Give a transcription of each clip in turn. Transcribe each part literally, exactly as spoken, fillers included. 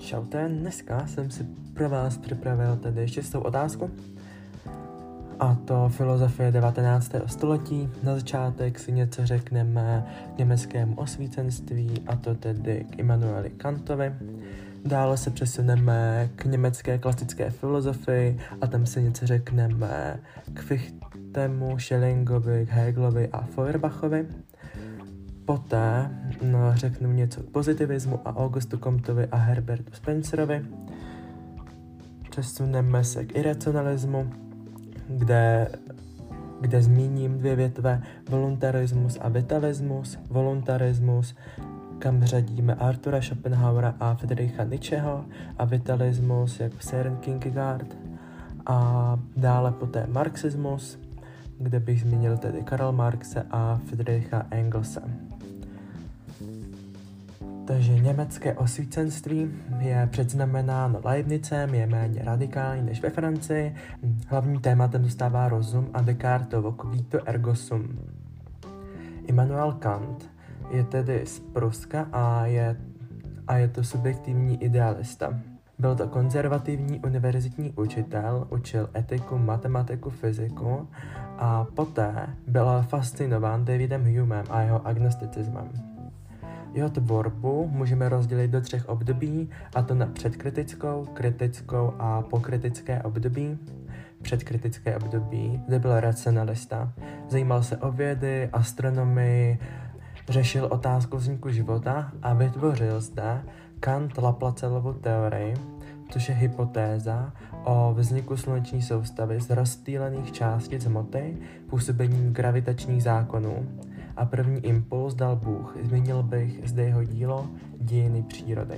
Čaute, dneska jsem si pro vás připravil tedy šestou otázku. A to filozofie devatenáctého století. Na začátek si něco řekneme k německému osvícenství, a to tedy k Immanueli Kantovi. Dále se přesuneme k německé klasické filozofii a tam si něco řekneme k Fichtemu, Schellingovi, k Hegelovi a Feuerbachovi. Poté no, řeknu něco k pozitivismu a Augustu Comtovi a Herbertu Spencerovi. Přesuneme se k iracionalismu, kde, kde zmíním dvě větve, voluntarismus a vitalismus. Voluntarismus, kam řadíme Artura Schopenhauera a Friedricha Nietzscheho, a vitalismus jako Søren Kierkegaard. A dále poté marxismus, kde bych zmínil tedy Karla Marxe a Friedricha Engelse. Takže německé osvícenství je předznamenáno Leibnizem, je méně radikální než ve Francii. Hlavním tématem zůstává rozum a Descartesovo cogito ergo sum. Immanuel Kant je tedy z Pruska a je, a je to subjektivní idealista. Byl to konzervativní univerzitní učitel, učil etiku, matematiku, fyziku a poté byl fascinován Davidem Humem a jeho agnosticismem. Jeho tvorbu můžeme rozdělit do třech období, a to na předkritickou, kritickou a pokritické období. Předkritické období, kde byl racionalista. Zajímal se o vědy, astronomii, řešil otázku vzniku života a vytvořil zde Kant-Laplacelovu teorii, což je hypotéza o vzniku sluneční soustavy z rozptýlených částic hmoty působením gravitačních zákonů. A první impuls dal Bůh. Zmínil bych zde jeho dílo Dějiny přírody.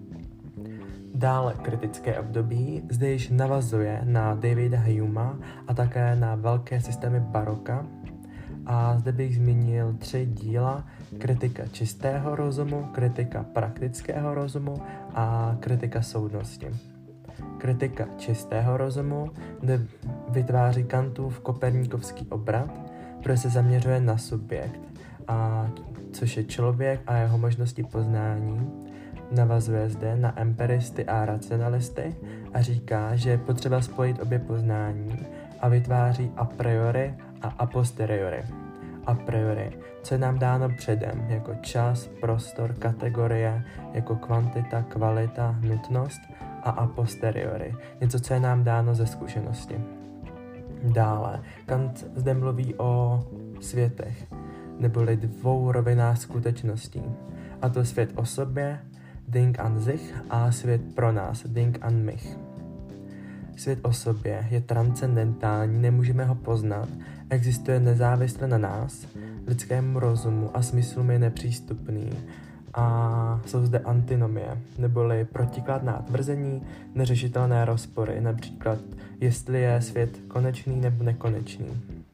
Dále kritické období, zde již navazuje na Davida Humea a také na velké systémy baroka. A zde bych zmínil tři díla: kritika čistého rozumu, kritika praktického rozumu a kritika soudnosti. Kritika čistého rozumu, kde vytváří Kantův koperníkovský obrat, protože se zaměřuje na subjekt, a což je člověk a jeho možnosti poznání. Navazuje zde na empiristy a racionalisty a říká, že je potřeba spojit obě poznání, a vytváří a priori a a posteriori. A priori, co je nám dáno předem, jako čas, prostor, kategorie, jako kvantita, kvalita, nutnost, a a posteriori, něco, co je nám dáno ze zkušenosti. Dále, Kant zde mluví o světech, neboli dvou rovinách skutečností, a to svět o sobě, Ding an sich, a svět pro nás, Ding an mich. Svět o sobě je transcendentální, nemůžeme ho poznat, existuje nezávisle na nás, lidskému rozumu a smyslům je nepřístupný, a jsou zde antinomie, neboli protikladná tvrzení, neřešitelné rozpory, například jestli je svět konečný nebo nekonečný.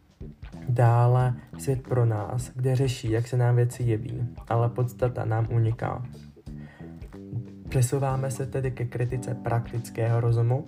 Dále svět pro nás, kde řeší, jak se nám věci jeví, ale podstata nám uniká. Přesouváme se tedy ke kritice praktického rozumu.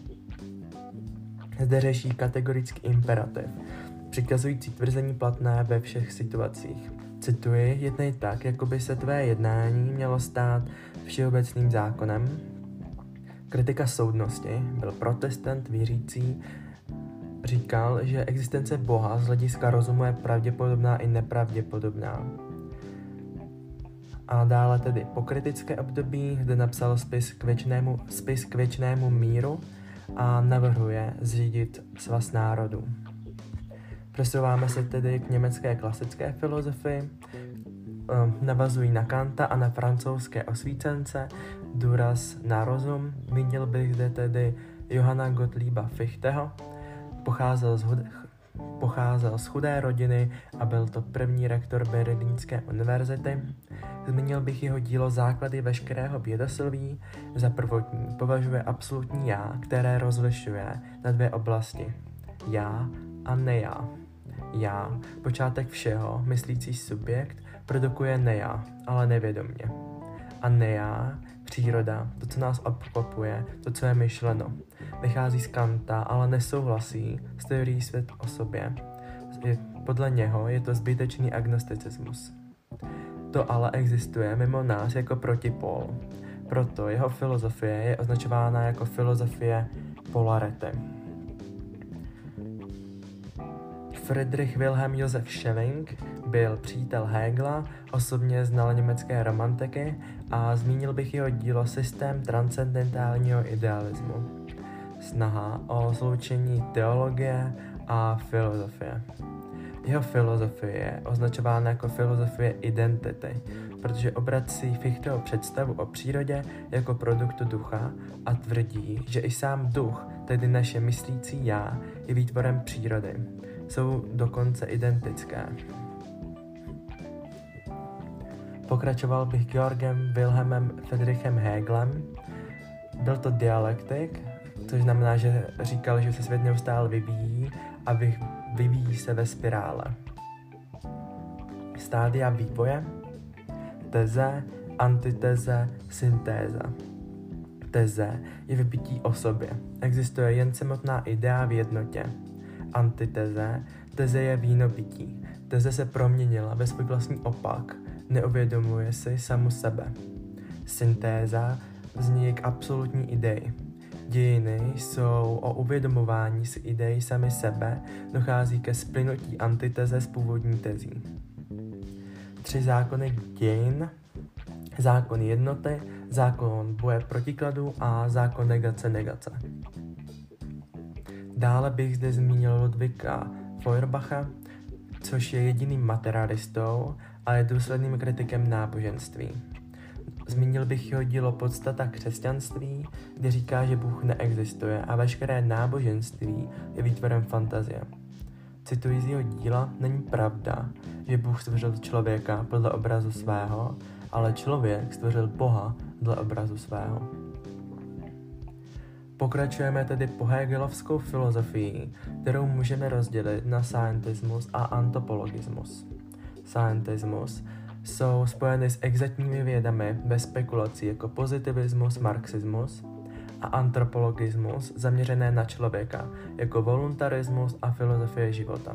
Zde řeší kategorický imperativ, přikazující tvrzení platné ve všech situacích. Cituji, jednej tak, jako by se tvé jednání mělo stát všeobecným zákonem. Kritika soudnosti, byl protestant věřící, říkal, že existence Boha z hlediska rozumu je pravděpodobná i nepravděpodobná. A dále tedy pokritické období, kde napsal spis k věčnému, spis k věčnému míru a navrhuje zřídit svaz národů. Přesouváme se tedy k německé klasické filozofii, navazují na Kanta a na francouzské osvícence, důraz na rozum. Zmínil bych zde tedy Johanna Gottlieba Fichteho, pocházel z, hud- pocházel z chudé rodiny a byl to první rektor Berlínské univerzity. Zmínil bych jeho dílo Základy veškerého vědoselví. Za prvotní považuje absolutní já, které rozlišuje na dvě oblasti. Já a nejá. Já, počátek všeho, myslící subjekt, produkuje nejá, ale nevědomě. A nejá, příroda, to, co nás obklopuje, to, co je myšleno. Vychází z Kanta, ale nesouhlasí s teorií svět o sobě. Podle něho je to zbytečný agnosticismus. To ale existuje mimo nás jako protipol. Proto jeho filozofie je označována jako filozofie polarity. Friedrich Wilhelm Josef Schelling byl přítel Hegela, osobně znal německé romantiky a zmínil bych jeho dílo Systém transcendentálního idealismu. Snaha o sloučení teologie a filozofie. Jeho filozofie je označována jako filozofie identity, protože obrací Fichteho představu o přírodě jako produktu ducha a tvrdí, že i sám duch, tedy naše myslící já, je výtvorem přírody. Jsou dokonce identické. Pokračoval bych Georgem Wilhelmem Friedrichem Hegelem. Byl to dialektik, což znamená, že říkal, že se svět neustále vyvíjí a vyvíjí se ve spirále. Stádia vývoje, teze, antiteze, syntéza. Teze je vybytí o sobě. Existuje jen samotná idea v jednotě. Antiteze, teze je vínopití. Teze se proměnila ve svůj vlastní opak, neuvědomuje si samu sebe. Syntéza vznik absolutní idei. Dějiny jsou o uvědomování si idei sami sebe, dochází ke splynutí antiteze s původní tezí. Tři zákony dějin, zákon jednoty, zákon boje protikladů a zákon negace negace. Dále bych zde zmínil Ludvíka Feuerbacha, což je jediným materialistou a je důsledným kritikem náboženství. Zmínil bych jeho dílo Podstata křesťanství, kde říká, že Bůh neexistuje a veškeré náboženství je výtvorem fantazie. Cituji z jeho díla, není pravda, že Bůh stvořil člověka podle obrazu svého, ale člověk stvořil Boha dle obrazu svého. Pokračujeme tedy po hegelovskou filozofii, kterou můžeme rozdělit na scientismus a antropologismus. Scientismus jsou spojeny s exaktními vědami bez spekulací jako pozitivismus, marxismus a antropologismus zaměřené na člověka jako voluntarismus a filozofie života.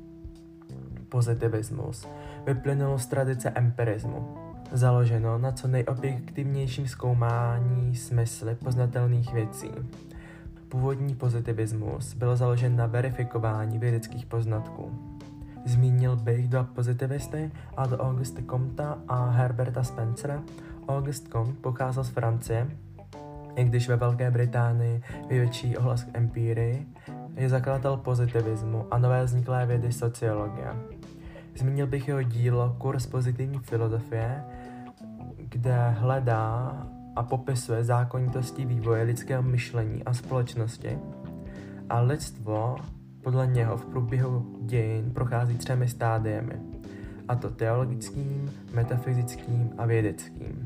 Pozitivismus vyplynul z tradice empirismu, založeno na co nejobjektivnějším zkoumání smysly poznatelných věcí. Původní pozitivismus byl založen na verifikování vědeckých poznatků. Zmínil bych dva pozitivisty, a to Auguste Comtea a Herberta Spencera. Auguste Comte pocházel z Francie, i když ve Velké Británii větší ohlas k empirii, je zakladatel pozitivismu a nové vzniklé vědy sociologie. Zmínil bych jeho dílo Kurz pozitivní filozofie, kde hledá a popisuje zákonitosti vývoje lidského myšlení a společnosti a lidstvo podle něho v průběhu dějin prochází třemi stádiemi, a to teologickým, metafyzickým a vědeckým.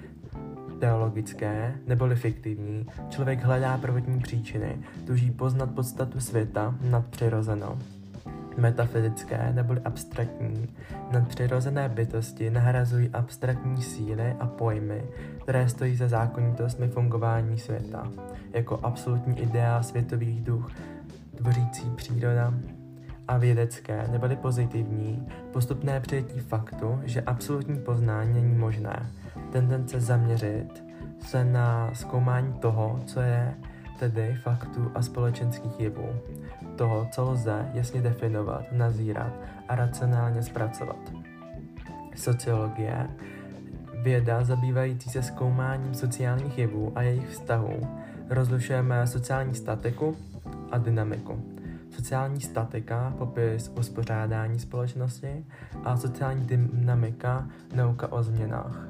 Teologické, neboli fiktivní, člověk hledá prvotní příčiny, tuží poznat podstatu světa nadpřirozenou. Metafyzické, neboli abstraktní, nadpřirozené bytosti nahrazují abstraktní síly a pojmy, které stojí za zákonitostmi fungování světa, jako absolutní idea, světový duch, tvořící příroda, a vědecké, neboli pozitivní, postupné přijetí faktu, že absolutní poznání není možné, tendence zaměřit se na zkoumání toho, co je, tedy faktů a společenských jevů, toho, co lze jasně definovat, nazírat a racionálně zpracovat. Sociologie, věda zabývající se zkoumáním sociálních jevů a jejich vztahů, rozlišujeme sociální statiku a dynamiku. Sociální statika, popis uspořádání společnosti, a sociální dynamika, nauka o změnách.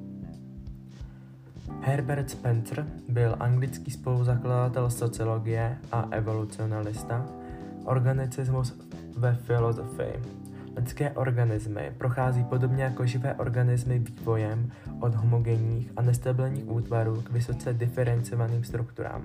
Herbert Spencer byl anglický spoluzakladatel sociologie a evolucionalista, organicismus ve filozofii. Lidské organismy prochází podobně jako živé organismy vývojem od homogenních a nestabilních útvarů k vysoce diferencovaným strukturám.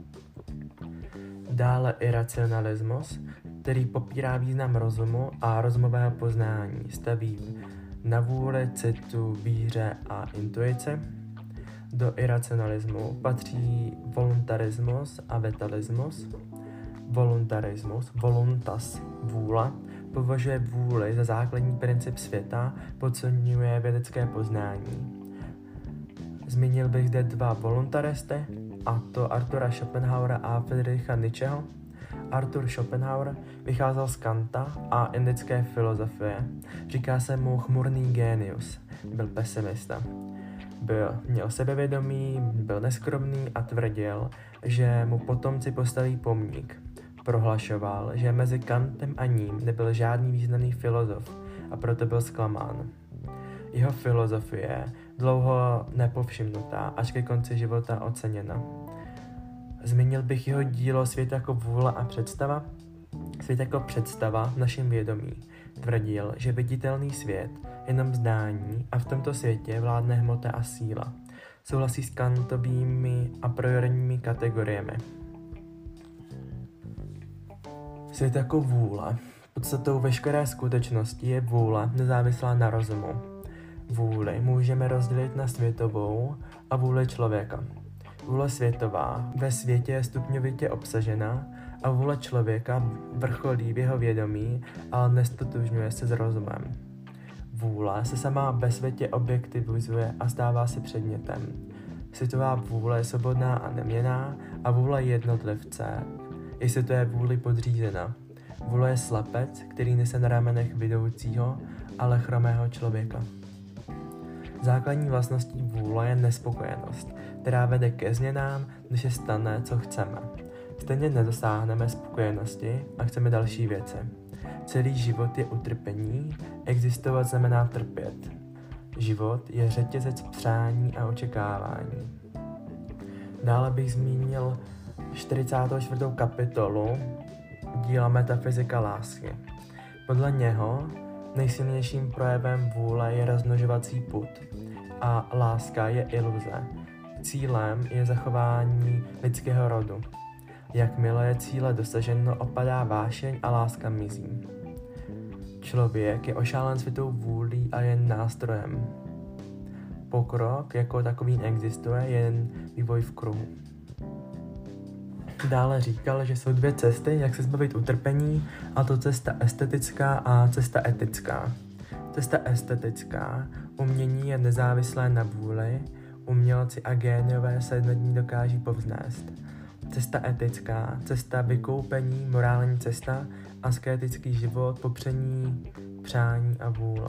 Dále iracionalismus, který popírá význam rozumu a rozumového poznání, staví na vůli, citu, víře a intuici. Do iracionalismu patří voluntarismus a vitalismus. Voluntarismus, voluntas, vůle, považuje vůli za základní princip světa, podceňuje vědecké poznání. Zmínil bych zde dva voluntaristy, a to Artura Schopenhauera a Friedricha Nietzscheho. Arthur Schopenhauer vycházel z Kanta a indické filozofie. Říká se mu chmurný génius. Byl pesimista. Byl, měl sebevědomí, byl neskromný a tvrdil, že mu potomci postaví pomník. Prohlašoval, že mezi Kantem a ním nebyl žádný významný filozof a proto byl zklamán. Jeho filozofie dlouho nepovšimnutá, až ke konci života oceněna. Zmínil bych jeho dílo Svět jako vůle a představa. Svět jako představa v našem vědomí tvrdil, že viditelný svět jenom zdání a v tomto světě vládne hmota a síla. Souhlasí s Kantovými a priorními kategoriemi. Svět jako vůle. Podstatou veškeré skutečnosti je vůle nezávislá na rozumu. Vůli můžeme rozdělit na světovou a vůli člověka. Vůle světová ve světě je stupňovitě obsažena a vůle člověka vrcholí v jeho vědomí, ale nestotožňuje se s rozumem. Vůle se sama ve světě objektivizuje a stává se předmětem. Světová vůle je svobodná a neměnná a vůle jednotlivce, jestli to je vůli podřízena. Vůle je slepec, který nese na ramenech vidoucího, ale chromého člověka. Základní vlastností vůle je nespokojenost, která vede ke změnám, když se stane, co chceme. Stejně nedosáhneme spokojenosti a chceme další věci. Celý život je utrpení, existovat znamená trpět. Život je řetězec přání a očekávání. Dále bych zmínil čtyřicátou čtvrtou kapitolu díla Metafyzika lásky. Podle něho nejsilnějším projevem vůle je rozmnožovací pud a láska je iluze. Cílem je zachování lidského rodu. Jakmile je cíle dosaženo, opadá vášeň a láska mizí. Člověk je ošálen světou vůlí a je nástrojem. Pokrok jako takový neexistuje, jen vývoj v kruhu. Dále říkal, že jsou dvě cesty, jak se zbavit utrpení, a to cesta estetická a cesta etická. Cesta estetická, umění je nezávislé na vůli, umělci a géniové se nad ní dokáží povznést. Cesta etická, cesta vykoupení, morální cesta, asketický život, popření, přání a vůle.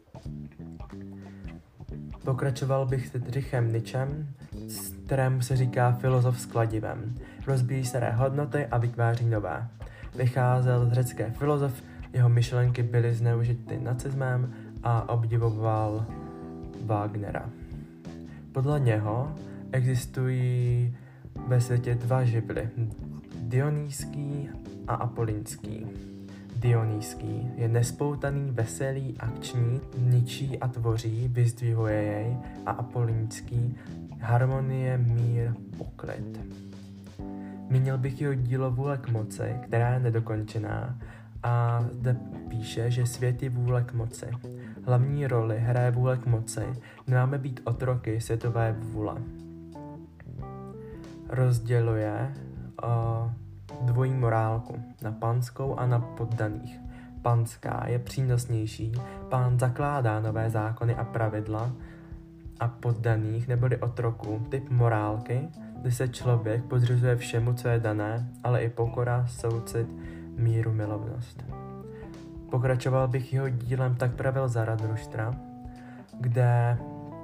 Pokračoval bych s Friedrichem Nietzschem, kterému se říká filozof s kladivem. Rozbíjí staré hodnoty a vytváří nové. Vycházel z řecké filozof, jeho myšlenky byly zneužity nacismem a obdivoval Wagnera. Podle něho existují ve světě dva živly, Dionýský a Apolínský. Dionýský je nespoutaný, veselý, akční, ničí a tvoří, vyzdvihuje jej, a Apolínský harmonie, mír, poklid. Mínil bych jeho dílo Vůle k moci, která je nedokončená, a zde píše, že svět je vůle k moci. Hlavní roli hraje vůle k moci, nemáme být otroky světové vůle. Rozděluje o, dvojí morálku na panskou a na poddaných. Panská je přínosnější, pán zakládá nové zákony a pravidla, a poddaných neboli otroků, typ morálky, kdy se člověk podřizuje všemu, co je dané, ale i pokora, soucit, míru, milovnost. Pokračoval bych jeho dílem Tak pravil Zaratruštra, kde,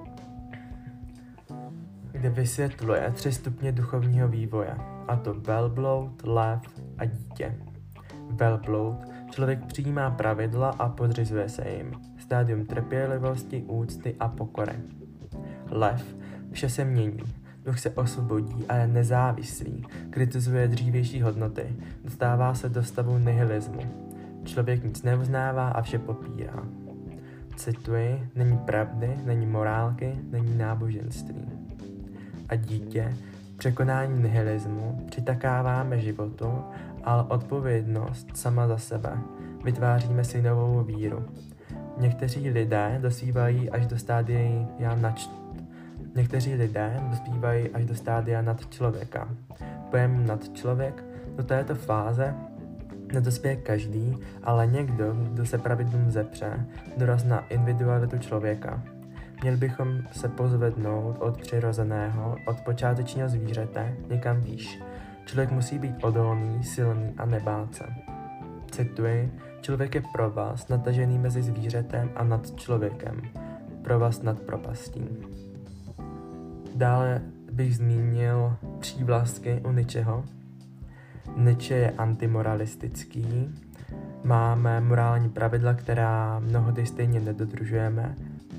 kde vysvětluje tři stupně duchovního vývoje, a to velbloud, lev a dítě. Velbloud, člověk přijímá pravidla a podřizuje se jim. Stádium trpělivosti, úcty a pokory. Lev, vše se mění. Duch se osvobodí a je nezávislý, kritizuje dřívější hodnoty, dostává se do stavu nihilismu. Člověk nic neuznává a vše popírá. Cituji, není pravdy, není morálky, není náboženství. A dítě, překonání nihilismu, přitakáváme životu, ale odpovědnost sama za sebe. Vytváříme si novou víru. Někteří lidé dospívají až do stádia nač... Někteří lidé dospívají až do stádia nadčlověka. Pojem nadčlověk do této fáze nedospěje každý, ale někdo, kdo se pravidlům zepře, doraz na individualitu člověka. Měli bychom se pozvednout od přirozeného, od počátečního zvířete někam výš. Člověk musí být odolný, silný a nebát se. Cituji, člověk je provaz natažený mezi zvířetem a nad člověkem. Provaz nad propastí. Dále bych zmínil přívlastky u Nietzscheho. Nietzsche je antimoralistický. Máme morální pravidla, která mnohdy stejně nedodržujeme.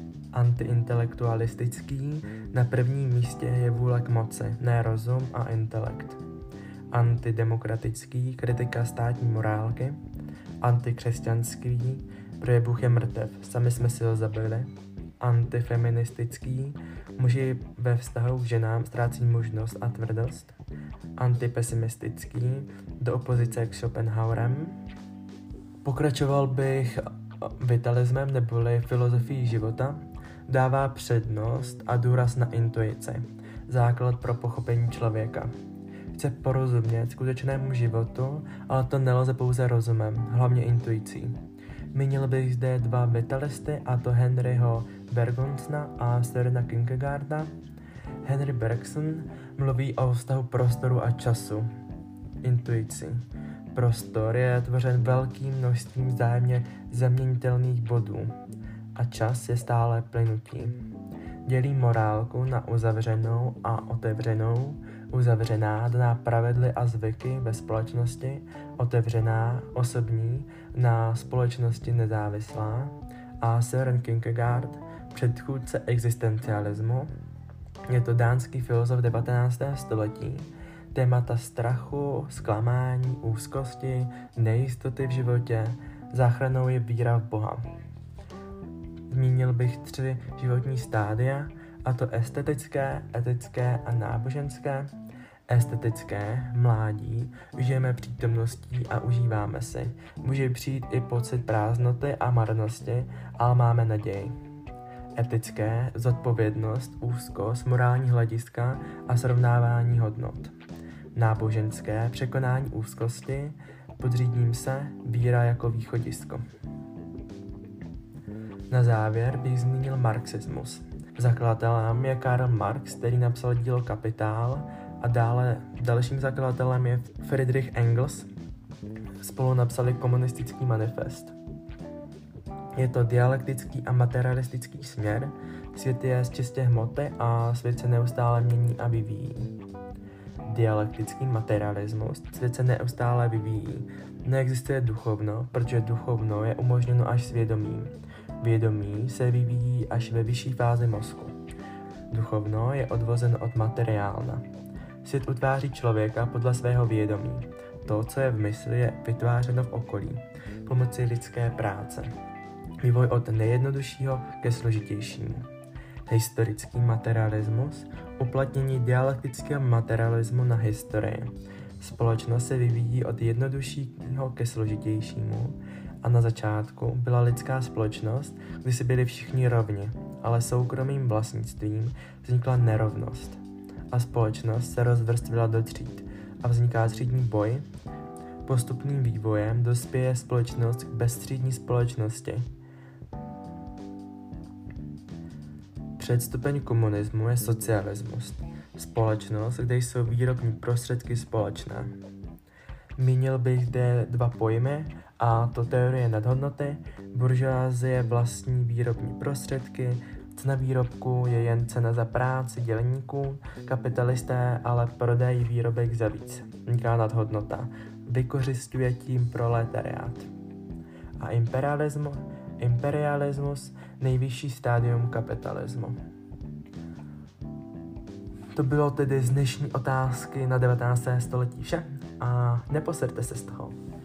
Antiintelektualistický. Na prvním místě je vůle k moci, ne rozum a intelekt. Antidemokratický. Kritika státní morálky. Antikřesťanský. Protože Bůh je mrtev, sami jsme si ho zabili. Antifeministický. Muži ve vztahu k ženám ztrácí mužnost a tvrdost. Antipesimistický. Do opozice k Schopenhauerem. Pokračoval bych vitalismem neboli filozofií života. Dává přednost a důraz na intuici. Základ pro pochopení člověka. Chce porozumět skutečnému životu, ale to nelze pouze rozumem, hlavně intuicí. Mínil bych zde dva vitalisty, a to Henryho Bergsona a Sørena Kierkegaarda. Henry Bergson mluví o vztahu prostoru a času. Intuici. Prostor je tvořen velkým množstvím vzájemně zaměnitelných bodů a čas je stále plynutí. Dělí morálku na uzavřenou a otevřenou, uzavřená daná pravidly a zvyky ve společnosti, otevřená, osobní, na společnosti nezávislá a Søren Kierkegaard, předchůdce existencialismu. Je to dánský filozof devatenáctého století. Témata strachu, zklamání, úzkosti, nejistoty v životě, záchranou je víra v Boha. Zmínil bych tři životní stádia, a to estetické, etické a náboženské. Estetické, mládí, žijeme přítomností a užíváme si. Může přijít i pocit prázdnoty a marnosti, ale máme naději. Etické, zodpovědnost, úzkost, morální hlediska a srovnávání hodnot. Náboženské, překonání úzkosti, podřídím se, víra jako východisko. Na závěr bych zmínil marxismus. Zakladatelem je Karl Marx, který napsal dílo Kapitál, a dále dalším zakladatelem je Friedrich Engels. Spolu napsali komunistický manifest. Je to dialektický a materialistický směr, svět je z čisté hmoty a svět se neustále mění a vyvíjí. Dialektický materialismus, svět se neustále vyvíjí. Neexistuje duchovno, protože duchovno je umožněno až svědomím. Vědomí se vyvíjí až ve vyšší fázi mozku. Duchovno je odvozeno od materiálna. Svět utváří člověka podle svého vědomí. To, co je v mysli, je vytvářeno v okolí, pomocí lidské práce. Vývoj od nejjednoduššího ke složitějšímu. Historický materialismus, uplatnění dialektického materialismu na historii. Společnost se vyvíjí od jednoduššího ke složitějšímu a na začátku byla lidská společnost, kdy si byli všichni rovni, ale soukromým vlastnictvím vznikla nerovnost a společnost se rozvrstvila do tříd a vzniká třídní boj. Postupným vývojem dospěje společnost k beztřídní společnosti. Předstupeň komunismu je socialismus, společnost, kde jsou výrobní prostředky společné. Mínil bych zde dva pojmy, a to teorie nadhodnoty. Buržoazie vlastní výrobní prostředky, cena výrobku je jen cena za práci dělníků, kapitalisté ale prodají výrobek za víc. Vzniká nadhodnota, vykořisťuje tím proletariát. A imperialismus, imperialismus nejvyšší stádium kapitalismu. To bylo tedy z dnešní otázky na devatenáctém století vše a neposerte se z toho.